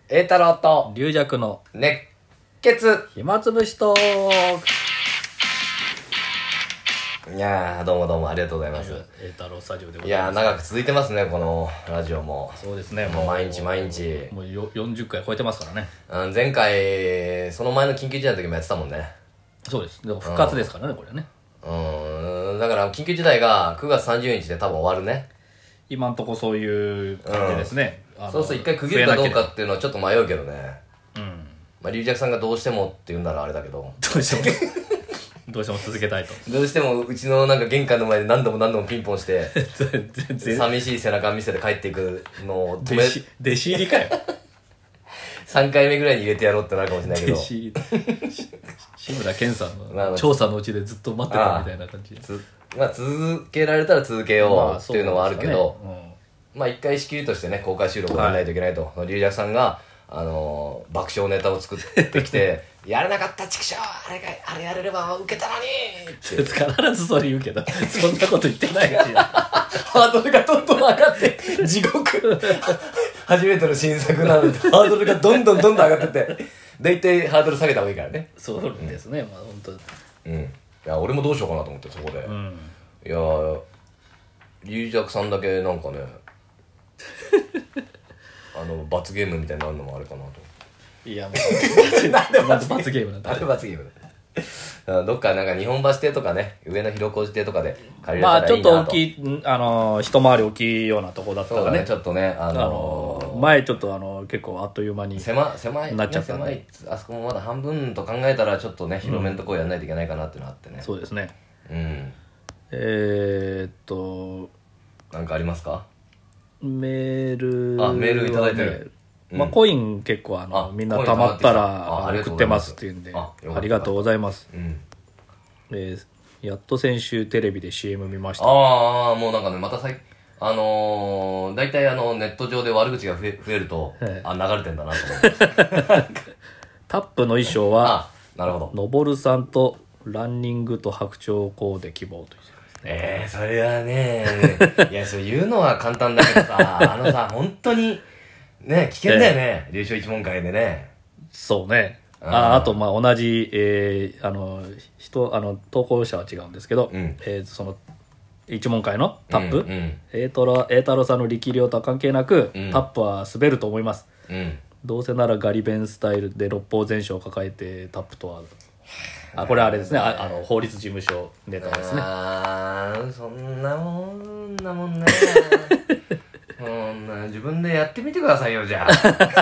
栄太郎と龍弱の熱血。 暇つぶしトーいやー、どうもありがとうございます。 栄太郎スタジオでございやー、長く続いてますね、このラジオも。 そうですね、 もう毎日もう40回超えてますからね。 前回、その前の緊急事態の時もやってたもんね。 そうです。でも復活ですからね、これはね。 だから緊急事態が9月30日で多分終わるね。 今んとこそういう感じですね。 そう一回区切るかどうかっていうのはちょっと迷うけどね。 うん。 龍尺さんがどうしてもって言うんならあれだけど。 どうしても続けたいと。 どうしてもうちのなんか玄関の前で何度もピンポンして、 全然。 寂しい背中見せて帰っていくのを止め、 弟子入りかよ。 3回目ぐらいに入れてやろうってなるかもしれないけど。 弟子入り。志村けんさんの調査のうちでずっと待ってたみたいな感じ。 続けられたら続けようっていうのはあるけど、一回仕切りとしてね、公開収録をやらないといけないと。龍尺さんが、爆笑ネタを作ってきて、やれなかったチクショーあれやれれば受けたのにって必ずそれ言うけど、そんなこと言ってないし。 ハードルがどんどん上がって、地獄。初めての新作なので、ハードルがどんどん上がってて、だいたいハードル下げた方がいいからね。 そうですね、まあ本当。 いや、俺もどうしようかなと思って、そこで。いやー、龍尺さんだけなんかね、罰ゲームみたいになるのもあれかなと。 いや、もうなんで罰ゲームなんだ。 なんで罰ゲームだ。どっかなんか日本橋亭とかね、上野広小路亭とかで借りれたらいいなと。 ちょっと大きい、一回り大きいようなとこだったらね。 ちょっとね、 前ちょっと結構あっという間に狭いなっちゃったんで、 あそこもまだ半分と考えたらちょっとね、広めのとこやらないといけないかなっていうのがあってね。 そうですね。 なんかありますか？ メールいただいてる。 コイン結構みんな貯まったら送ってますっていうんで、ありがとうございます。やっと先週テレビで CM 見ました。 もうなんかね、また大体ネット上で悪口が増えると、流れてんだなと思ってタップの衣装は、 なるほど。 のぼるさんとランニングと白鳥コーデ希望という。 それはね、いや、そう言うのは簡単だけどさ、本当に、ね、危険だよね、優勝一問会でね。 そうね。あと、同じ、投稿者は違うんですけど、その、一問会のタップ、栄太郎さんの力量とは関係なく、タップは滑ると思います。どうせならガリ弁スタイルで六法全書を抱えてタップとは、これはあれですね、法律事務所ネタですね。 そんなもんね。自分でやってみてくださいよ、じゃあ。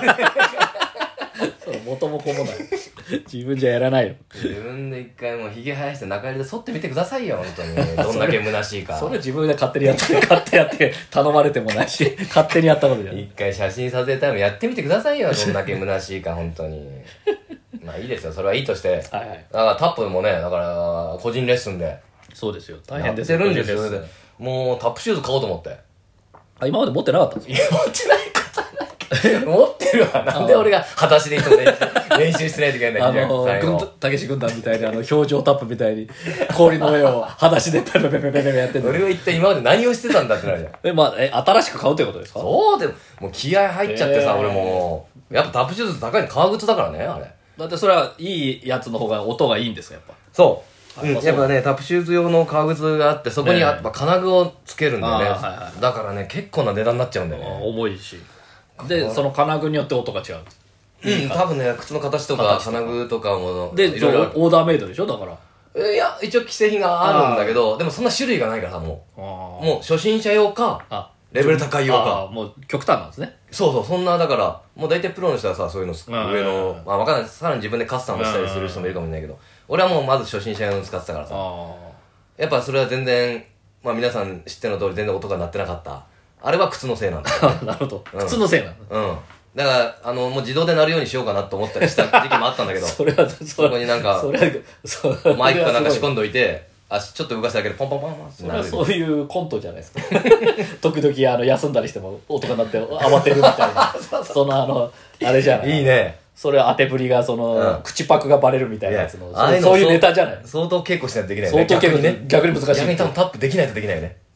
そう、元も子もない。自分じゃやらないよ。 自分で一回もうひげ生やして中入りで剃ってみてくださいよ、本当に。どんだけ虚しいか。 それ自分で勝手にやって頼まれてもないし、勝手にやったことじゃない。 一回写真撮影タイムやってみてくださいよ、どんだけ虚しいか、本当に。まあいいですよ、それはいいとして。だからタップもね、だから個人レッスンで。 そうですよ、大変ですよ。 やってるんですよ。もうタップシューズ買おうと思って。 今まで持ってなかったんですか？ いや、持ってないことない。持ってるわ。なんで俺が裸足でいつも練習してないといけないんだよ。 たけし軍団みたいに表情タップみたいに氷の上を裸足でペペペペペペやってる。 俺は一体今まで何をしてたんだってなるじゃん。 新しく買うってことですか？ そうでもう気合入っちゃってさ、俺もやっぱタップシューズ高いの革靴だからね、あれ。 だってそれはいいやつの方が音がいいんですか、やっぱ。 そう。やっぱね、タップシューズ用の革靴があって、そこにやっぱ金具をつけるんだよね。だからね、結構な値段になっちゃうんだよね。 重いし。で、その金具によって音が違う。 多分ね、靴の形とか金具とかも。 で、オーダーメイドでしょ、だから。 いや、一応既製品があるんだけど、でもそんな種類がないからさ、もう初心者用か、レベル高い用か。 もう極端なんですね。 そう、そんな、だから、もう大体プロの人はさ、そういうの、上の、わかんない、さらに自分でカスタムしたりする人もいるかもしれないけど、俺はもうまず初心者用の使ってたからさ、やっぱそれは全然、皆さん知ってるの通り全然音が鳴ってなかった。あれは靴のせいなんだ。 なるほど。靴のせいなんだ。 だから、もう自動で鳴るようにしようかなと思ったりした時期もあったんだけど、そこになんか、マイクかなんか仕込んどいて、ちょっと動かしただけでポンポンポンポンってなる。それはそういうコントじゃないですか。時々休んだりしても音が鳴って慌てるみたいな。あれじゃない。 いいね。 それは当てぶりが、口パクがバレるみたいなやつの。そういうネタじゃない。 相当稽古しないとできないよね。相当稽古ね。逆に難しい。 逆に多分タップできないとできないよね。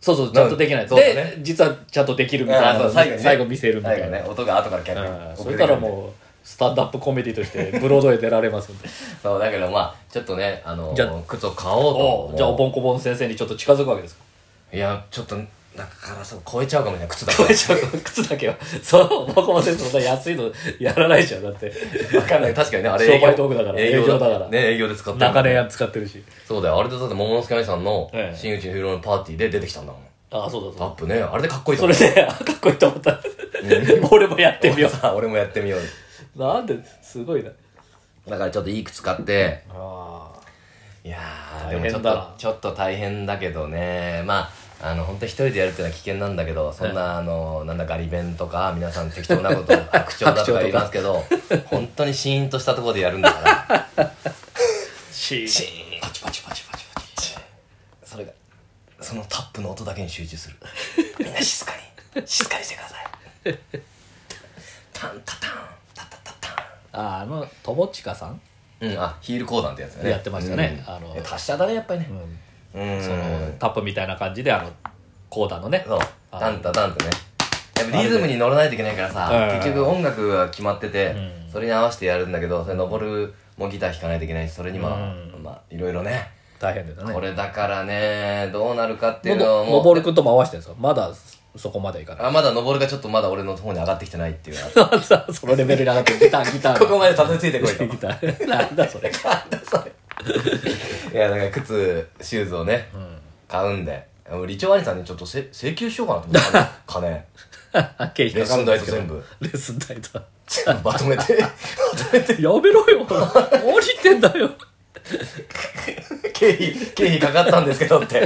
そうそう、ちゃんとできない。で、実はちゃんとできるみたいな。最後見せるみたいな。 音が後からキャッチ。それからもう、スタンダップコメディとしてブロードウェイ出られますんで。 そう、だけどまあ、ちょっとね、靴を買おうと。 じゃあ、おぼんこぼん先生にちょっと近づくわけですか？ いや、ちょっと、なんかからそう超えちゃうかもしれない、靴だけ。超えちゃう靴だけは。そう、おぼんこぼん先生そんな安いのやらないじゃん、だって。 わかんない。確かにね、あれ。 商売道具だから。営業だから。 ね、営業で使ってる。 長年使ってるし。 そうだよ、あれでだって桃之助さんの、新内博のパーティーで出てきたんだもん。 ああ、そうだそうだ。 タップね、あれでかっこいいと思った。それで、かっこいいと思った。俺もやってみよう。 俺もやってみよう。 なんで、すごいな。 だからちょっといい靴買って、いやー、でもちょっと大変だけどね、まあ、本当に一人でやるっていうのは危険なんだけど、そんな、なんだ、ガリ弁とか、皆さん適当なこと、悪調だとか言いますけど、本当にシーンとしたところでやるんだから。シーン。パチパチパチパチパチ。それが、そのタップの音だけに集中する。みんな静かにしてください。タンタタン、タタタタン。 友近さん？ うん、ヒール講談ってやつだね。 やってましたね。 達者だね、やっぱりね。 そのタップみたいな感じで講談のね、 そうタンタタンとね、やっぱリズムに乗らないといけないからさ、結局音楽が決まってて、それに合わせてやるんだけど、それ登るもギター弾かないといけないし、それにまあいろいろね大変だね。 これだからね、どうなるかっていうのをもう登るくんとも合わせてるんですか？まだそこまでいかない。 まだ登るがちょっとまだ俺の方に上がってきてないっていうそのレベルに上がってギターここまでたどり着いてこいと。 ギターなんだそれ。 なんだそれ。いやだから靴シューズをね、買うんで、リチョワニさんにちょっと請求しようかなと思って。金経費レッスン代と全部レッスン代と全部まとめてやめろよ何言ってんだよ。 経費かかったんですけどって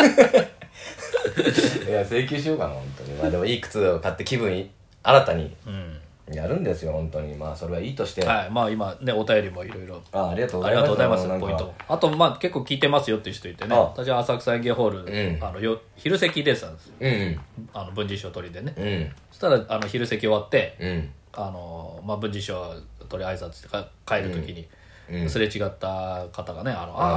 いや請求しようかな本当に。まあでもいい靴を買って気分新たにやるんですよ本当に。まあそれはいいとして、 はい、まあ今ねお便りもいろいろありがとうございます。 ポイント。あとまあ結構聞いてますよっていう人いてね、私は浅草園芸ホール、昼席でさ、文治師匠取りでね、そしたら昼席終わって、文治師匠取り挨拶とか帰る時に、すれ違った方がね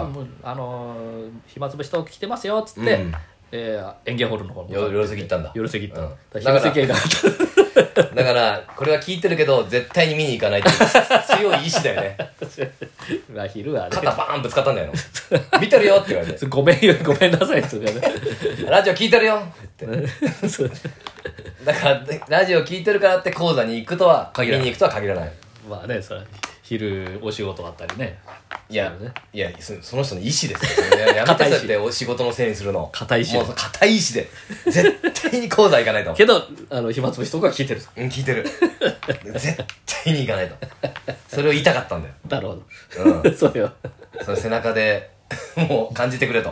暇つぶしと来てますよっつって、園芸ホールの方夜席行ったんだ。 夜席行った、昼席映画だからこれは聞いてるけど絶対に見に行かないって強い意志だよね。 昼は肩バーンぶつかったんだよ見てるよって言われてごめんなさいって言うからねラジオ聞いてるよってだからラジオ聞いてるからって講座に行くとは見に行くとは限らない。 まあね、それ昼お仕事あったりね。 いやその人の意志ですよ。やめてそうやってお仕事のせいにするの。 固い意志。 もう固い意志で絶対に講座行かないと。 けど暇つぶしとかは聞いてる。 聞いてる。絶対に行かないと。それを言いたかったんだよ。 なるほど。そうよ。 その背中でもう感じてくれと。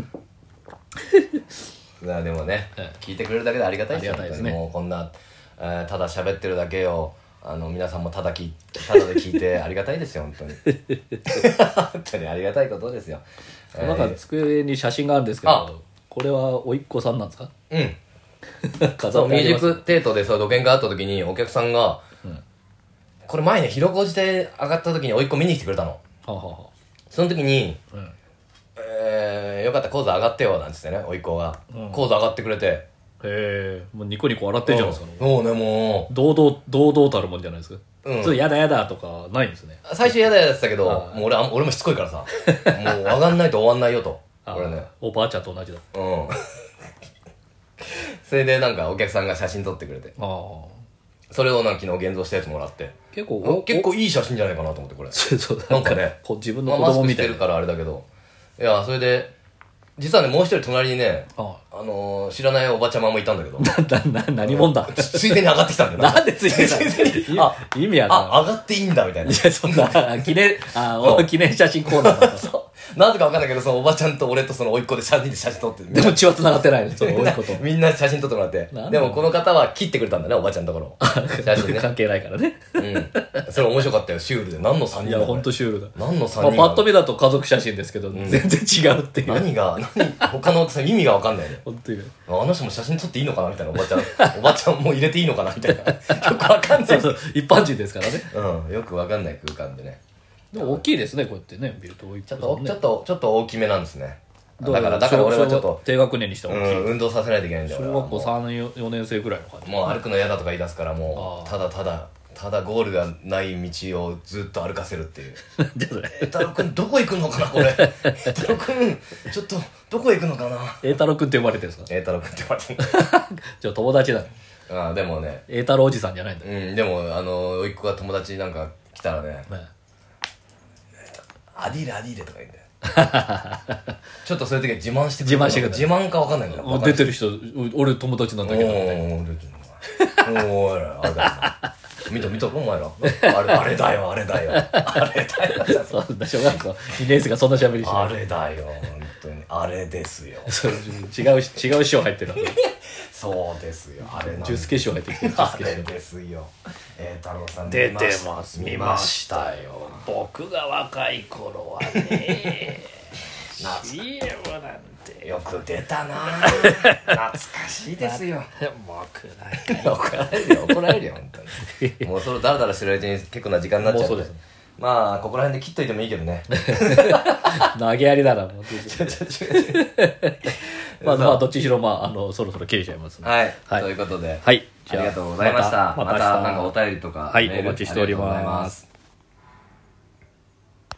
でもね、聞いてくれるだけでありがたいですよ。ありがたいですね。もうこんなただ喋ってるだけを皆さんもただで聞いてありがたいですよ本当に。本当にありがたいことですよ。 なんか机に写真があるんですけど、これはおいっ子さんなんですか？ うん。そうミュージックテートで土建があった時にお客さんが、これ前ね広小路で上がった時においっ子見に来てくれたの。その時に、よかった講座上がってよなんつってねおいっ子が講座上がってくれて。 へえ、もうニコニコ笑ってんじゃないですか。 そうね、もう堂々たるもんじゃないですか。ちょっとやだとかないんですね。 最初やだって言ったけど、もう俺もしつこいからさ、もう上がんないと終わんないよと。これね、 おばあちゃんと同じだ。 それでなんかお客さんが写真撮ってくれて、それを昨日現像したやつもらって、結構いい写真じゃないかなと思ってこれ。なんかね、 自分の子供みたいな。 マスクしてるからあれだけど、いやそれで実はねもう一人隣にね、知らないおばちゃまもいたんだけど。 何者だ。 ついでに上がってきたんだよ。 なんでついでに意味やな。 上がっていいんだみたいな。 いやそんな記念写真コーナーだった。 そうなぜか分かんないけどそのおばちゃんと俺とその甥っ子で3人で写真撮って。 でも血は繋がってないその甥っ子と。 みんな写真撮ってもらって。でもこの方は切ってくれたんだねおばちゃんのところ。 写真ね。関係ないからね。 それ面白かったよシュールで。何の3人だ。 いやほんとシュールだ。 何の3人。 パッと見だと家族写真ですけど全然違うっていう。 他の奥さん意味が分かんないね。 本当に。 あの人も写真撮っていいのかなみたいな。おばちゃんも入れていいのかなみたいな。よく分かんない。 そう一般人ですからね。 よく分かんない空間でね。 でも大きいですねこうやってね見ると。 ちょっと大きめなんですね。 だから俺はちょっと低学年にしては大きい、 運動させないといけないんだよ。 小学校3、4年生ぐらいの感じ。 もう歩くの嫌だとか言い出すから、もうただゴールがない道をずっと歩かせるっていう。栄太郎くんどこ行くのかなこれ。栄太郎くんちょっとどこ行くのかな。 栄太郎くんって呼ばれてるんですか。 栄太郎くんって呼ばれてる。 じゃあ友達だね。 ああでもね、 栄太郎おじさんじゃないんだ。 でも甥っ子が友達なんか来たらね、アディーレとか言うんだよ。ちょっとそういう時は自慢してくる。自慢か分かんないんだよ。 出てる人俺友達なんだけど。 おいあれだよ。見たお前ら。あれだよ。 そうだ、小学校2年生がそんな喋りしない。 あれだよ、本当にあれですよ。 違う師匠入ってる。 そうですよ、あれなんです。 ジュスケ師匠入ってる。 あれですよ。栄太郎さん出てます。見ましたよ。僕が若い頃はね。CM なんてよく出たな。懐かしいですよ。怒られるよ本当に。もうそれだらだらしてるうちに結構な時間になっちゃう。まあここら辺で切っといてもいいけどね。 投げやりだなもう。まあどっちしろそろそろ切れちゃいますね。 はい。ということで、 はい、 ありがとうございました。またなんかお便りとかお待ちしております。